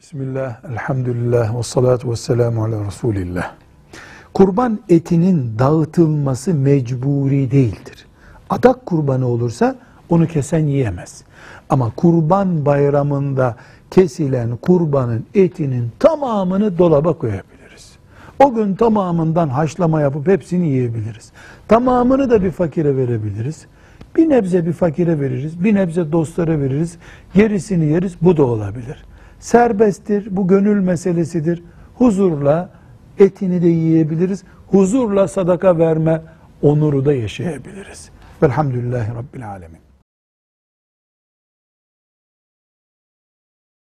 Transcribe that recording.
Bismillah, elhamdülillah, ve salatu ve selamu ala Resulillah. Kurban etinin dağıtılması mecburi değildir. Adak kurbanı olursa onu kesen yiyemez. Ama kurban bayramında kesilen kurbanın etinin tamamını dolaba koyabiliriz. O gün tamamından haşlama yapıp hepsini yiyebiliriz. Tamamını da bir fakire verebiliriz. Bir nebze bir fakire veririz, bir nebze dostlara veririz, gerisini yeriz, bu da olabilir. Serbesttir, bu gönül meselesidir. Huzurla etini de yiyebiliriz, huzurla sadaka verme onuru da yaşayabiliriz. Velhamdülillahi Rabbil Alemin.